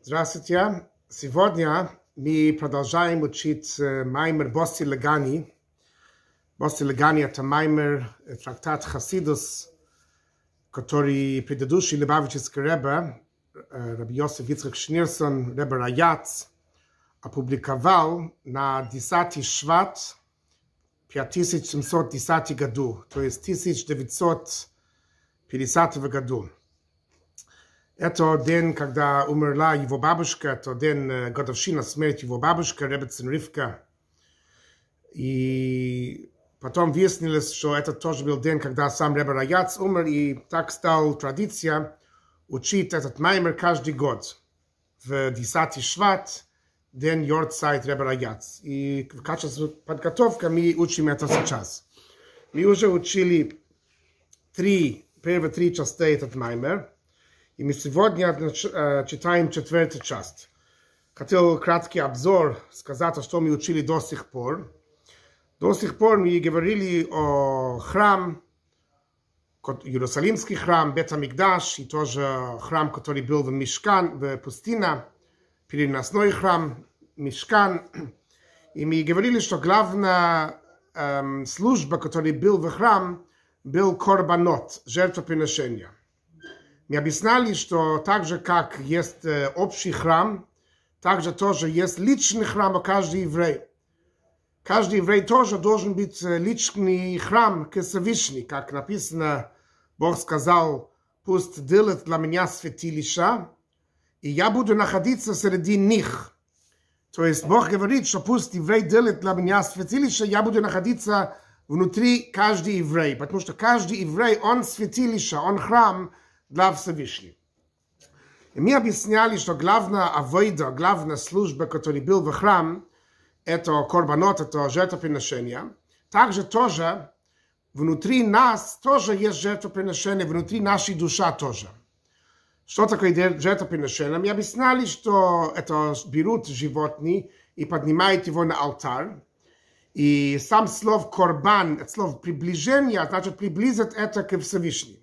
Здравствуйте. Сегодня мы продолжаем учить маймер Босси Лагани. Босси Лагани — это маймер, трактат Хасидус, который предыдущий Любавический ребе, Раби Йосеф Ицхак Шнирсон, ребе Раяц, опубликовал на 10 Шват 5710 году, то есть 1950 году. Это день, когда умерла его бабушка, это день годовщина смерти его бабушки, Ребецин Ривка. И потом выяснилось, что это тоже был день, когда сам Ребе Раяц умер, и так стала традиция учить этот маймер каждый год. В 10 Шват, день Йорцайт Ребе Раяц. И в качестве подготовки мы учим это сейчас. Мы уже учили первые три части этот маймер. И мы сегодня читаем 4-ю часть. Хотел краткий обзор сказать, что мы учили до сих пор. До сих пор мы говорили о храм, Иерусалимский храм, Бет-Амикдаш, и тоже храм, который был в Мишкан, в пустыне, переносной храм, Мишкан. И мы говорили, что главная служба, которая была в храм, был корбанот, жертвоприношение. Мы объясняли, что так же, как есть общий храм, также тоже есть личный храм у каждого еврея. Каждый еврей тоже должен быть личный храм к Всевышнему. Как написано, Бог сказал: «Пусть делает для меня святилища, и я буду находиться среди них». То есть Бог говорит, что пусть еврей делает для меня святилище, я буду находиться внутри каждого еврея. Потому что каждый еврей, он святилище, он храм для Всевышнего. И мы объясняли, что главная авойда, главная служба, которая была в храм, это корбанот, это жертвоприношение. Также тоже внутри нас тоже есть жертвоприношение, внутри нашей души тоже. Что такое жертвоприношение? Мы объясняли, что это берут животные и поднимают его на алтарь. И сам слово корбан, это слово приближение, значит приблизить это к Всевышнему.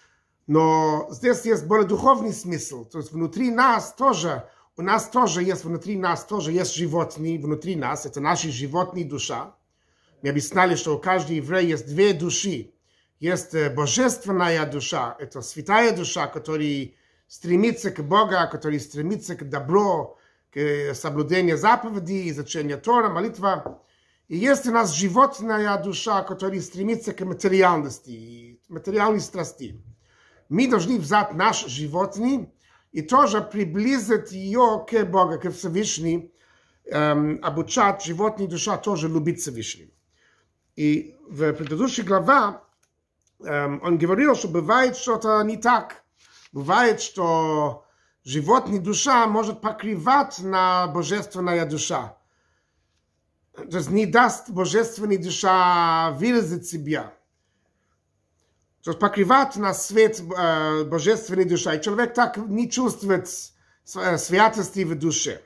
Но здесь есть более духовный смысл. То есть внутри нас тоже, внутри нас тоже есть животные, внутри нас, это наши животные душа. Мы объясняли, что у каждого еврея есть две души. Есть божественная душа, это святая душа, которая стремится к Богу, которая стремится к добру, к соблюдению заповедей, изучению Тора, молитва. И есть у нас животная душа, которая стремится к материальности, материальной страсти. Мы должны взять наш животный и тоже приблизить ее к Богу, к Всевышнему, обучать животные душа тоже любить Всевышнего. И в предыдущей главе он говорил, что бывает что-то не так. Бывает, что животная душа может покрывать на божественная душа. То есть не даст божественная душа выразить себя. То есть покрывать на свет божественной души. И человек так не чувствует святости в душе.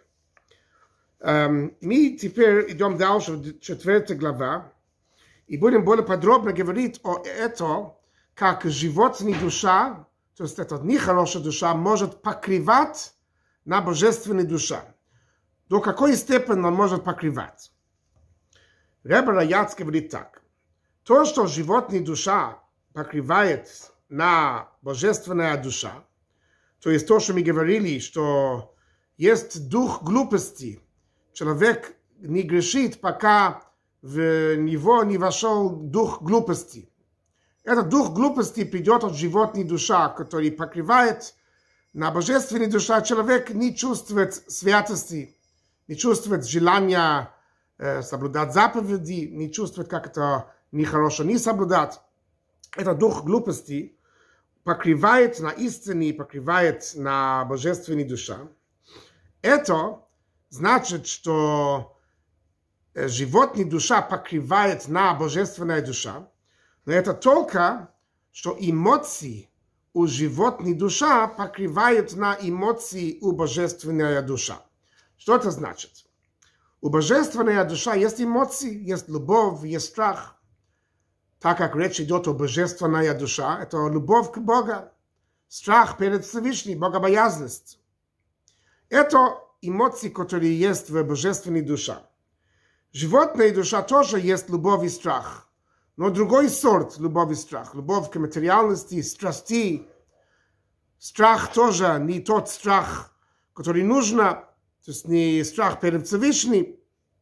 Мы теперь идем дальше в 4 глава и будем более подробно говорить о этом, как животная душа, то есть это нехорошая душа, может покрывать на божественной душе. До какой степени он может покрывать? Ребе Раяц говорит так. То, что животная душа покрывает на божественная душа, то есть то, что мы говорили, что есть дух глупости. Человек не грешит, пока в него не вошел дух глупости. Этот дух глупости придет от животной души, который покрывает на божественной душе. Человек не чувствует святости, не чувствует желания соблюдать заповеди, не чувствует, как это нехорошо не соблюдать. Этот дух глупости покрывает на истине, покрывает на божественной душе. Это значит, что животная душа покрывает на божественная душа, но это только, что эмоции у животной души покрывают на эмоции у божественная душа. Что это значит? У божественная душа есть эмоции, есть любовь, есть страх. Так как речь идет о божественная душа, это любовь к Богу, страх перед Всевышним, богобоязненность. Это эмоции, которые есть в божественной душе. Животная душа тоже есть любовь и страх, но другой сорт любовь и страх. Любовь к материальности, страсти. Страх тоже не тот страх, который нужно, то есть не страх перед Всевышним.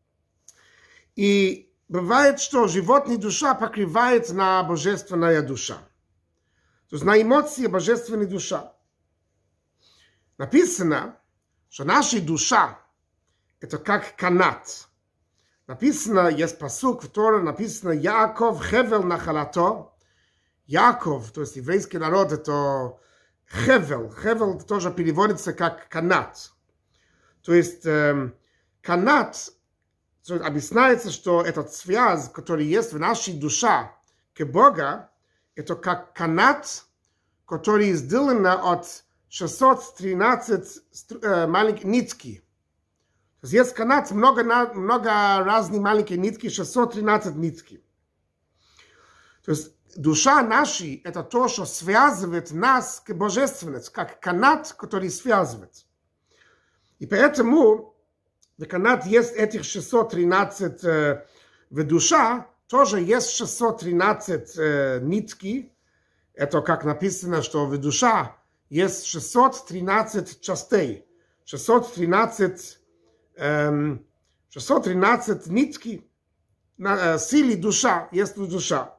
И бывает, что животная душа покрывает на божественная душа. То есть на эмоции божественной душа. Написано, что наша душа это как канат. Написано, есть пасук в Торе, написано Яков хевел нахалато. Яков, то есть еврейский народ, это хевел. Хевел тоже переводится как канат. То есть канат, объясняется, что этот связь, который есть в нашей душе к Богу, это как канат, который сделан от 613 маленьких нитки. То есть есть канат, много разных маленьких нитки, 613 нитки. То есть душа наша – это то, что связывает нас к божественности, как канат, который связывает. И поэтому в канат есть этих 613 в душа, тоже есть 613 нитки. Это как написано, что в душа есть 613 частей, 613 нитки, силы душа, есть в душа.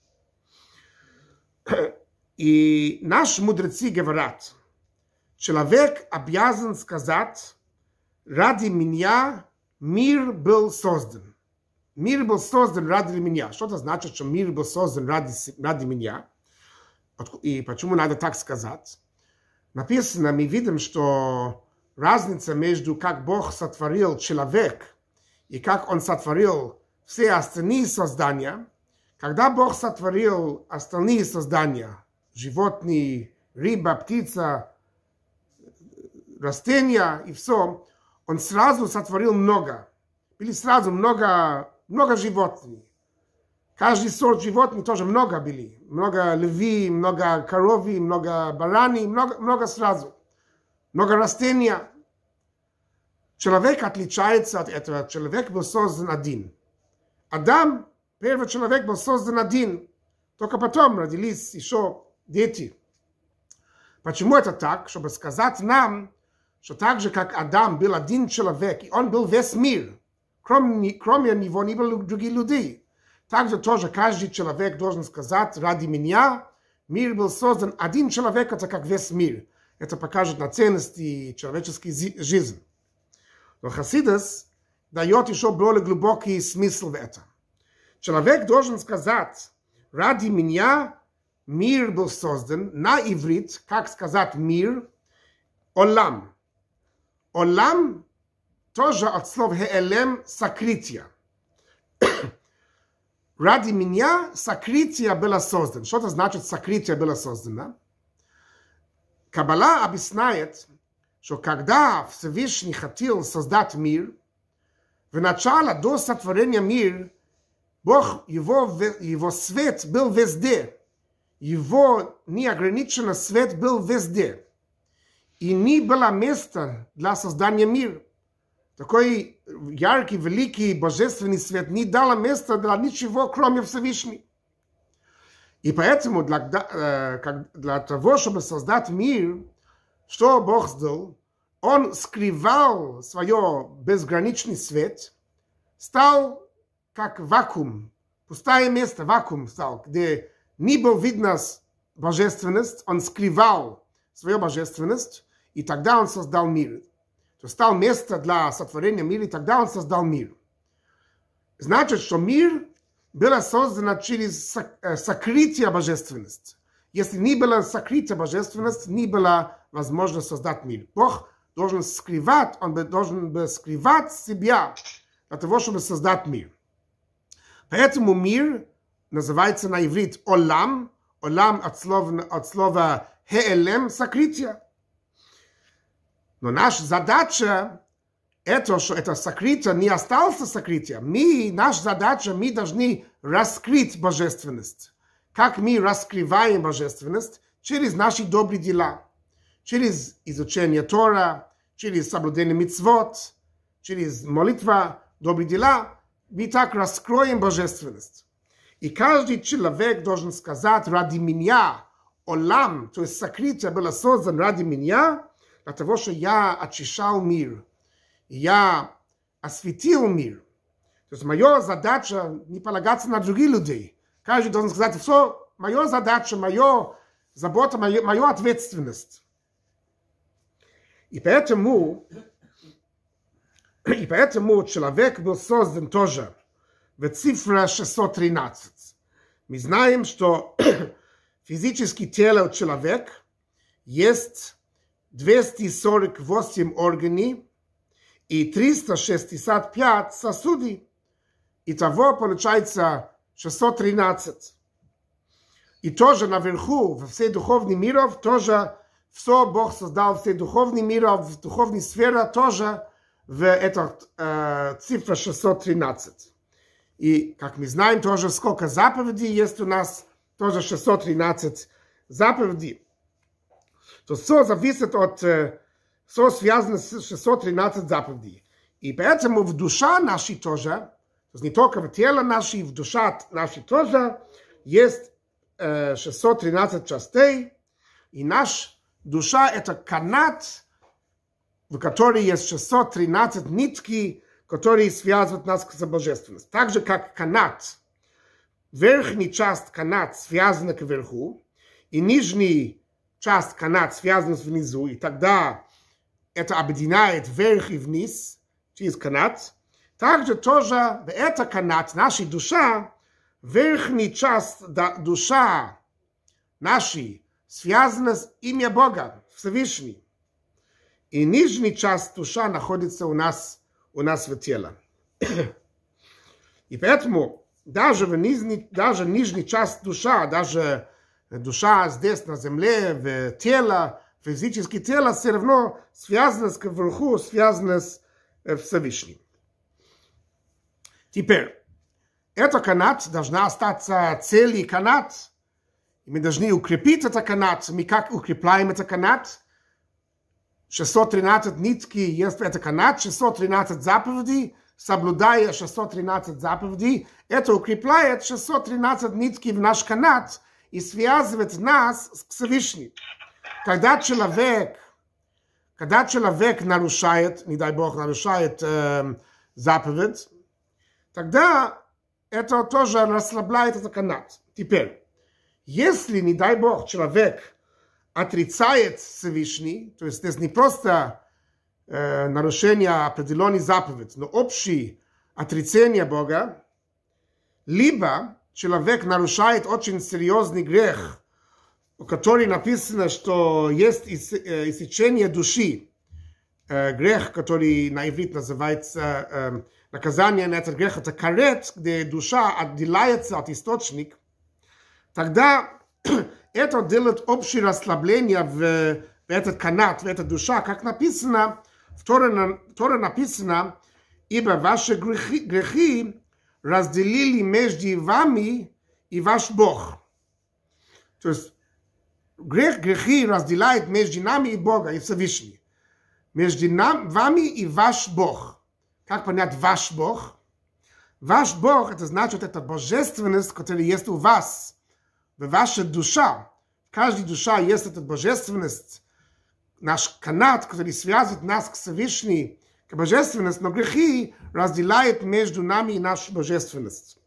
И наши мудрецы говорят, человек обязан сказать, ради меня мир был создан. Мир был создан ради меня. Что это значит, что мир был создан ради меня? И почему надо так сказать? Написано, мы видим, что разница между как Бог сотворил человека и как Он сотворил все остальные создания. Когда Бог сотворил остальные создания, животные, рыба, птица, растения и все, Он сразу сотворил много. Были сразу много животных. Каждый сорт животных тоже много были. Много львей, много коровий, много бараней, много сразу. Много растений. Человек отличается от этого. Человек был создан один. Адам, первый человек, был создан один. Только потом родились еще дети. Почему это так? Чтобы сказать нам, что так же, как Адам был один человек, и он был весь мир. Кроме него не было других людей. Также тоже каждый человек должен сказать, ради меня мир был создан один человек, это как весь мир. Это покажет на ценности человеческой жизни. Но Хасидус дает еще более глубокий смысл в этом. Человек должен сказать, ради меня мир был создан, на иврит, как сказать мир, олам. Олам тоже от слова хеэлем сокрытие. Ради меня сокрытие было создано. Что это значит сокрытие было создано? Каббала объясняет, что когда Всевышний хотел создать мир, в начале до сотворения мира, Бог, его свет был везде. Его неограниченный свет был везде. И не было места для создания мира. Такой яркий, великий, божественный свет не дало места для ничего, кроме Всевышнего. И поэтому для того, чтобы создать мир, что Бог сделал? Он скрывал свой безграничный свет, стал как вакуум, пустое место, вакуум стал, где не было видно божественность, он скрывал свою божественность, и тогда он создал мир. То стал место для сотворения мира, и тогда он создал мир. Значит, что мир был создан через сокрытие божественности. Если не было сокрытия божественности, не было возможно создать мир. Бог должен скрывать, он должен был скрывать себя для того, чтобы создать мир. Поэтому мир называется на иврит олам. Олам от слова хеэлем, сокрытие. Но наша задача это, что это сокрытие не осталось сокрытием. Наша задача, мы должны раскрыть божественность. Как мы раскрываем божественность? Через наши добрые дела. Через изучение Тора, через соблюдение мицвот, через молитва, добрые дела, мы так раскроем божественность. И каждый человек должен сказать: ради меня олам, то есть сокрытие было создано ради меня, для того, что я очищал мир, я осветил мир. То есть моя задача не полагаться на других людей. Каждый должен сказать: все, моя задача, моя забота, моя ответственность. И поэтому человек был создан тоже в цифре 613. Мы знаем, что физическое тело человека есть 248 органов и 365 сосудов. Итого получается 613. И тоже наверху, во всей духовных миров, тоже все Бог создал, все духовные миры, в духовной сфере тоже в этот цифра 613. И, как мы знаем, тоже сколько заповедей есть у нас, тоже 613 заповедей. То все зависит от, все связано с 613 заповедей. И поэтому в душа нашей тоже, то есть не только в теле нашей, в душа нашей тоже есть 613 частей. И наша душа это канат, в которой есть 613 нитки, которые связывают нас с божественностью. Так же, как канат, верхняя часть канат связана кверху, и нижняя часть канат связана внизу, и тогда это объединяет вверх и вниз через канат. Также тоже это канат, наша душа, верхняя часть душа нашей связана с имя Бога, Всевышний. И нижняя часть душа находится у нас в теле. И поэтому даже нижняя часть душа, даже душа здесь на земле, в теле, физическое тело, все равно связано с кверху, связано с Всевышним. Теперь, этот канат должна остаться целый канат. И мы должны укрепить этот канат. Мы как укрепляем этот канат? 613 нитки есть в этот канат, 613 заповедей, соблюдая 613 заповедей, это укрепляет 613 нитки в наш канат и связывает нас с Всевышним. Когда человек нарушает, не дай Бог, нарушает заповедь, тогда это тоже расслабляет этот канат. Теперь, если, не дай Бог, человек отрицает Всевышний, то есть это не просто нарушение определенной заповеди, но общее отрицание Бога, либо человек нарушает очень серьезный грех, у которого написано, что есть иссечение души, грех, который на иврит называется наказание на этот грех, это карет, где душа отделяется от источника, тогда это делает общее расслабление в этот канат, в эту душа, как написано, в Торе написано: ибо ваши грехи разделили между вами и ваш Бог. То есть грехи разделяет между нами и Богом, и Всевышний. Между вами и ваш Бог. Как понять ваш Бог? Ваш Бог, это значит, это божественность, которая есть у вас. В вашей душе, в каждой душе есть эта божественность, наш канат, который связывает нас к Всевышней, к божественности, но грехи разделяют между нами и нашу божественность.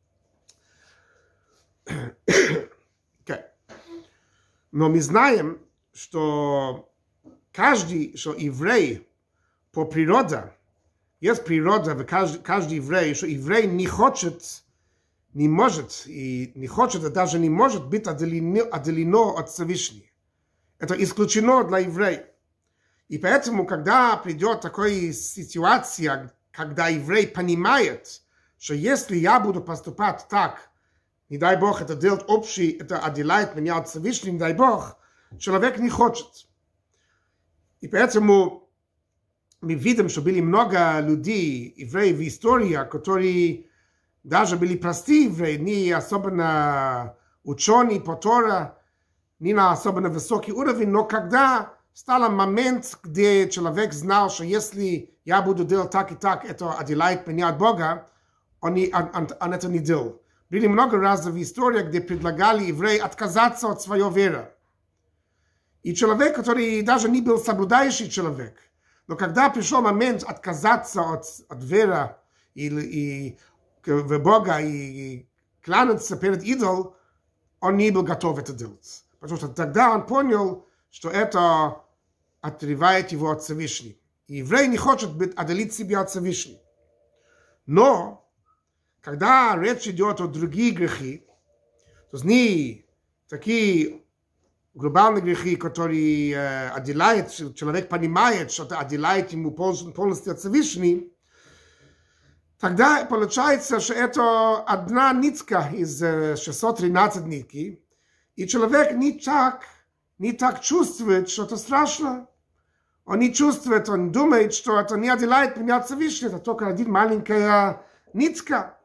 Okay. Но мы знаем, что что еврей по природе, есть природа в каждый еврей, что еврей не может, и даже не может быть отделено от Всевышнего. Это исключено для еврея. И поэтому, когда придет такая ситуация, когда еврей понимает, что если я буду поступать так, не дай Бог, это делать общий, это отделяет меня от Всевышнего, не дай Бог, человек не хочет. И поэтому мы видим, что были много людей, евреев в истории, которые даже были простые евреи, не особенно ученые по Торе, не на особенно высокий уровень, но когда стало момент, где человек знал, что если я буду делать так и так, это отделяет меня от Бога, он это не делал. Были много раз в истории, где предлагали евреям отказаться от своей веры. И человек, который даже не был соблюдающий человек, но когда пришел момент отказаться от веры и в Бога и кланяться перед идолом, он не был готов это делать. Потому что тогда он понял, что это отрывает его от Всевышнего. И еврей не хочет отделить себя от Всевышнего. Но, когда речь идет о других грехах, то есть не такие глобальные грехи, которые отделяют, человек понимает, что это отделяет ему полностью от Всевышнего, тогда получается, что это одна нитка из 613 нитки, и человек не так чувствует, что это страшно. Он не чувствует, он думает, что это не отделяет меня от Всевышнего, это только один маленькая нитка.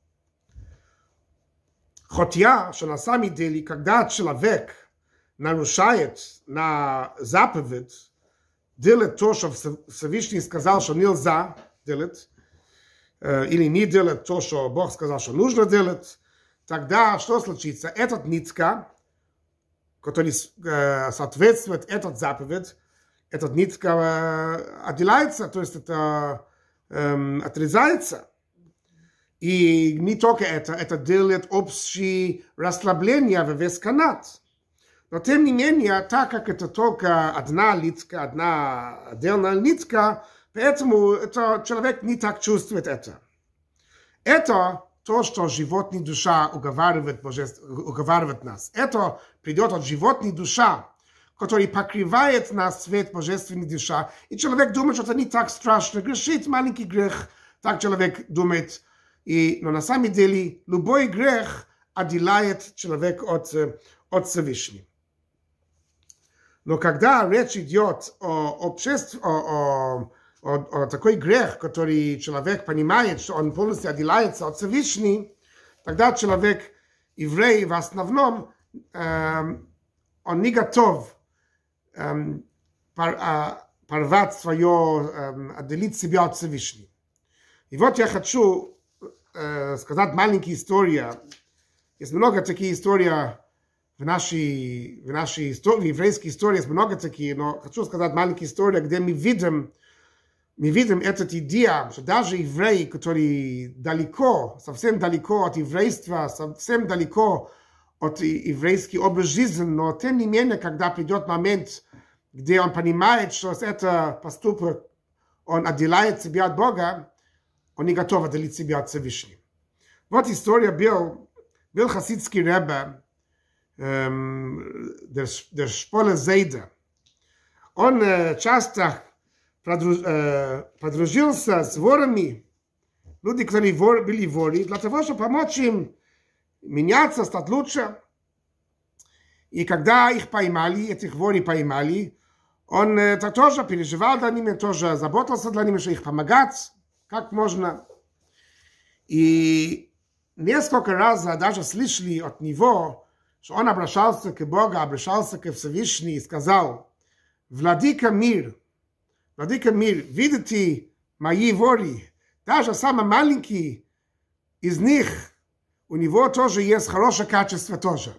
Хотя, что на самом деле, когда человек нарушает на заповедь, делает то, что Всевышний сказал, что нельзя делать, или не делать то, что Бог сказал, что нужно делать, тогда что случится? Этот нитка, который соответствует этот заповедь, этот нитка отделяется, то есть это отрезается. И не только это делает общее расслабление в весь канат. Но тем не менее, так как это только одна нитка, одна отдельная нитка, поэтому человек не так чувствует это. Это то, что животная душа уговаривает нас. Это придет от животной души, который покрывает нас свет божественной души. И человек думает, что это не так страшно. Грешит маленький грех. Так человек думает. Но на самом деле любой грех отделяет человека от Всевышнего. Но когда речь идет о такой грех, который человек понимает, что он полностью отделяется от Всевышнего, тогда человек, еврей в основном, он не готов порвать свое, отделить себя от Всевышнего. И вот я хочу сказать маленькую историю. Есть много таких историй в нашей истории, в еврейской истории есть много таких, но хочу сказать маленькую историю, где мы видим эту идею, что даже евреи, которые далеко, совсем далеко от еврейства, совсем далеко от еврейского образа жизни, но тем не менее, когда придет момент, где он понимает, что это поступок, он отделяет себя от Бога, он не готов отделить себя от Всевышнего. Вот история был хасидский ребе, der Шполе Зейда. Он часто подружился с ворами, люди, которые были воры, для того, чтобы помочь им меняться, стать лучше. И когда их поймали, этих воров поймали, он тоже переживал для них, тоже заботился для них, что их помогать, как можно. И несколько раз даже слышали от него, что он обращался к Богу, обращался к Всевышнему и сказал: «Владыка мир, видите мои воры, даже самый маленький из них, у него тоже есть хорошее качество тоже».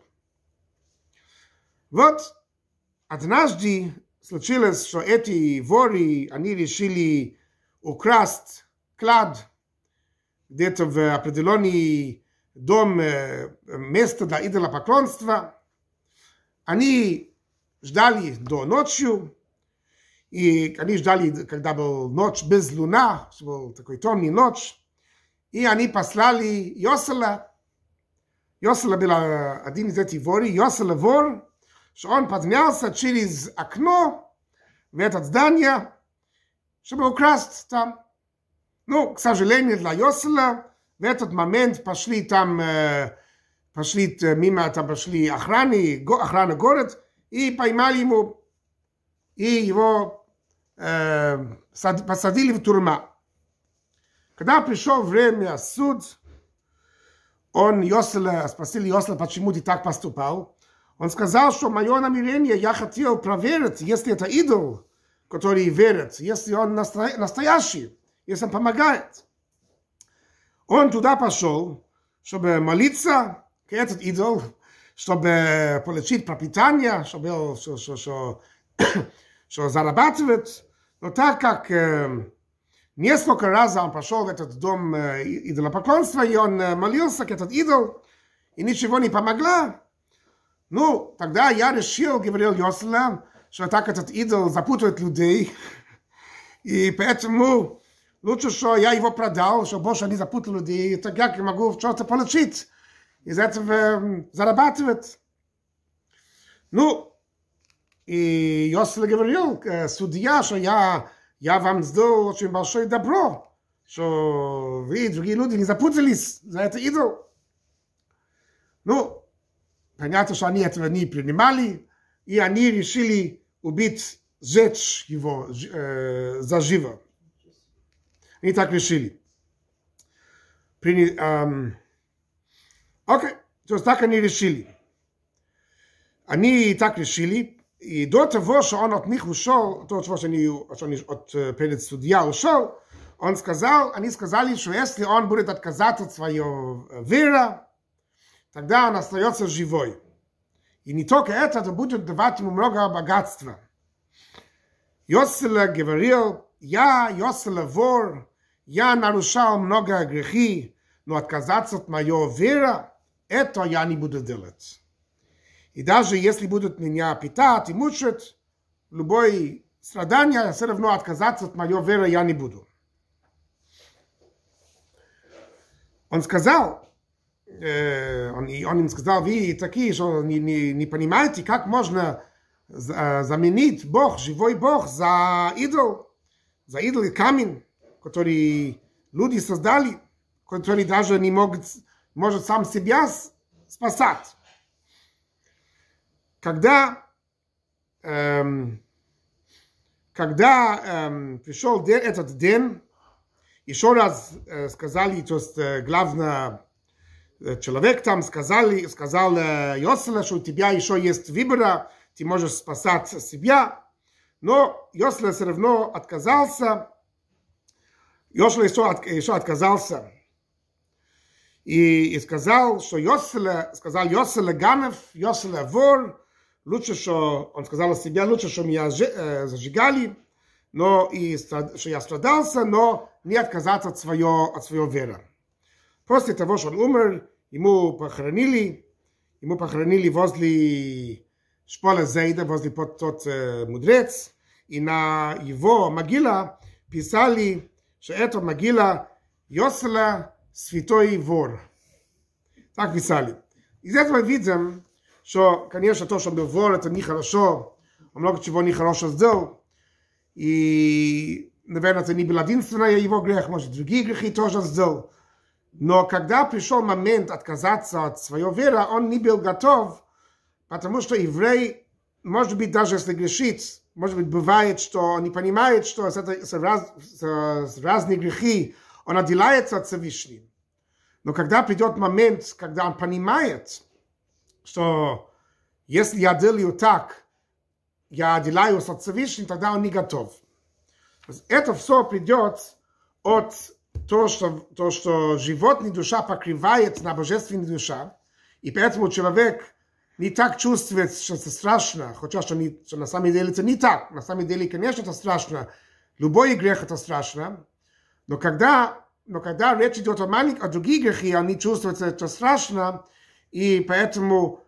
Вот однажды случилось, что эти воры, они решили украсть клад где-то в определенный дом, место для идолопоклонства. Они ждали до ночи, и они ждали, когда была ночь без луна, был такой темный ночь, и они послали Йосела. Йосела был один из этих воров, Йосела вор, что он поднялся через окно в это здание, чтобы украсть там. Ну, к сожалению, для Йосела в этот момент пошли мимо, там пошли охрана город, и поймали его, и его посадили в тюрьму. Когда пришло время суд, спросили Йосела, почему ты так поступал. Он сказал, что мое намерение, я хотел проверить, если это идол, который верит, если он настоящий, если он помогает. Он туда пошел, чтобы молиться к этому идолу, чтобы получить пропитание, чтобы зарабатывать. Но так как несколько раз он пошел в этот дом идолопоклонства, и он молился к этому идолу, и ничего не помогло, ну, тогда я решил, говорил Йоселя, что так этот идол запутает людей, и поэтому лучше, что я его продал, чтобы больше не запутал людей, и тогда я могу что-то получить, из этого зарабатывать. Ну, и Йоселя говорил, судья, что я вам сделал очень большое добро, что вы и другие люди не запутались за это идол. Ну, понятно, что они этого не принимали, и они решили убить, сжечь его заживо. Они так решили. Окей, то есть так они решили. Они так решили, и до того, что он от них ушел, то, что они перед судья ушел, они сказали, что если он будет отказаться от своего веры, тогда он остается живой. И не только это будет давать ему много богатства. Йоселя говорил, я, Йоселя, вор, я нарушал много грехи, но отказаться от моей веры, это я не буду делать. И даже если будут меня питать и мучить, любое страдание, все равно отказаться от моей веры я не буду. Он сказал, он им сказал, вы такие, что не понимаете, как можно заменить Бог, живой Бог, за идол и камень, который люди создали, который даже не может сам себя спасать. Когда пришел этот день, еще раз сказали, то есть главный человек там сказал Йоселя, что у тебя еще есть выбор, ты можешь спасать себя, но Йоселя все равно отказался. Йоселя еще отказался и сказал, что Йоселя Ганев, Йоселя вор, лучше, что он сказал о себе, лучше, что меня зажигали, но и что я страдался, но не отказаться от своей веры. После того, что он умер, ему похоронили возле шпола Зейда, возле тот мудрец, и на его могила писали, что это могила Йоселя святой вор. Так писали. Из этого видим, что, конечно, то, что он был вор, это нехорошо, он много чего нехорошо сделал, и, наверное, это не был единственный его грех, может, другие грехи тоже сделал. Но когда пришел момент отказаться от своей веры, он не был готов, потому что еврей, может быть, даже если грешит, может быть, бывает, что он не понимает, что разные грехи, он отделяется от Всевышнего. Но когда придет момент, когда он понимает, что если я делаю так, я отделяюсь от Всевышнего, тогда он не готов. Это все придет от то, что животная душа покрывает на божественную душу, и поэтому человек не так чувствует, что это страшно, хотя что на самом деле это не так. На самом деле, конечно, это страшно. Любой грех это страшно. Но когда речь идет о других грехах, они чувствуют, что это страшно, и поэтому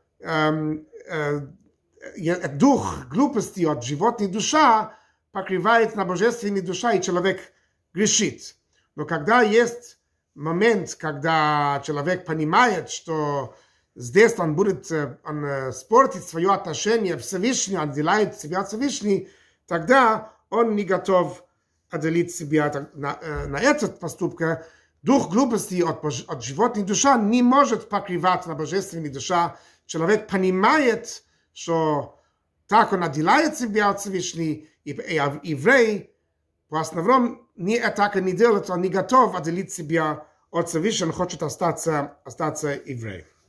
дух глупости от животной душа покрывает на божественную душу, и человек грешит. Но когда есть момент, когда человек понимает, что здесь он будет спортить свое отношение к Всевышнему, отделяет себя от Всевышнего, тогда он не готов отделить себя на этот поступок. Дух глупости от животной души не может покрывать на божественную душу. Человек понимает, что так он отделяет себя от Всевышнего, и еврей в основном так и не делает, он не готов отделить себя от Всевышнего, он хочет остаться евреем.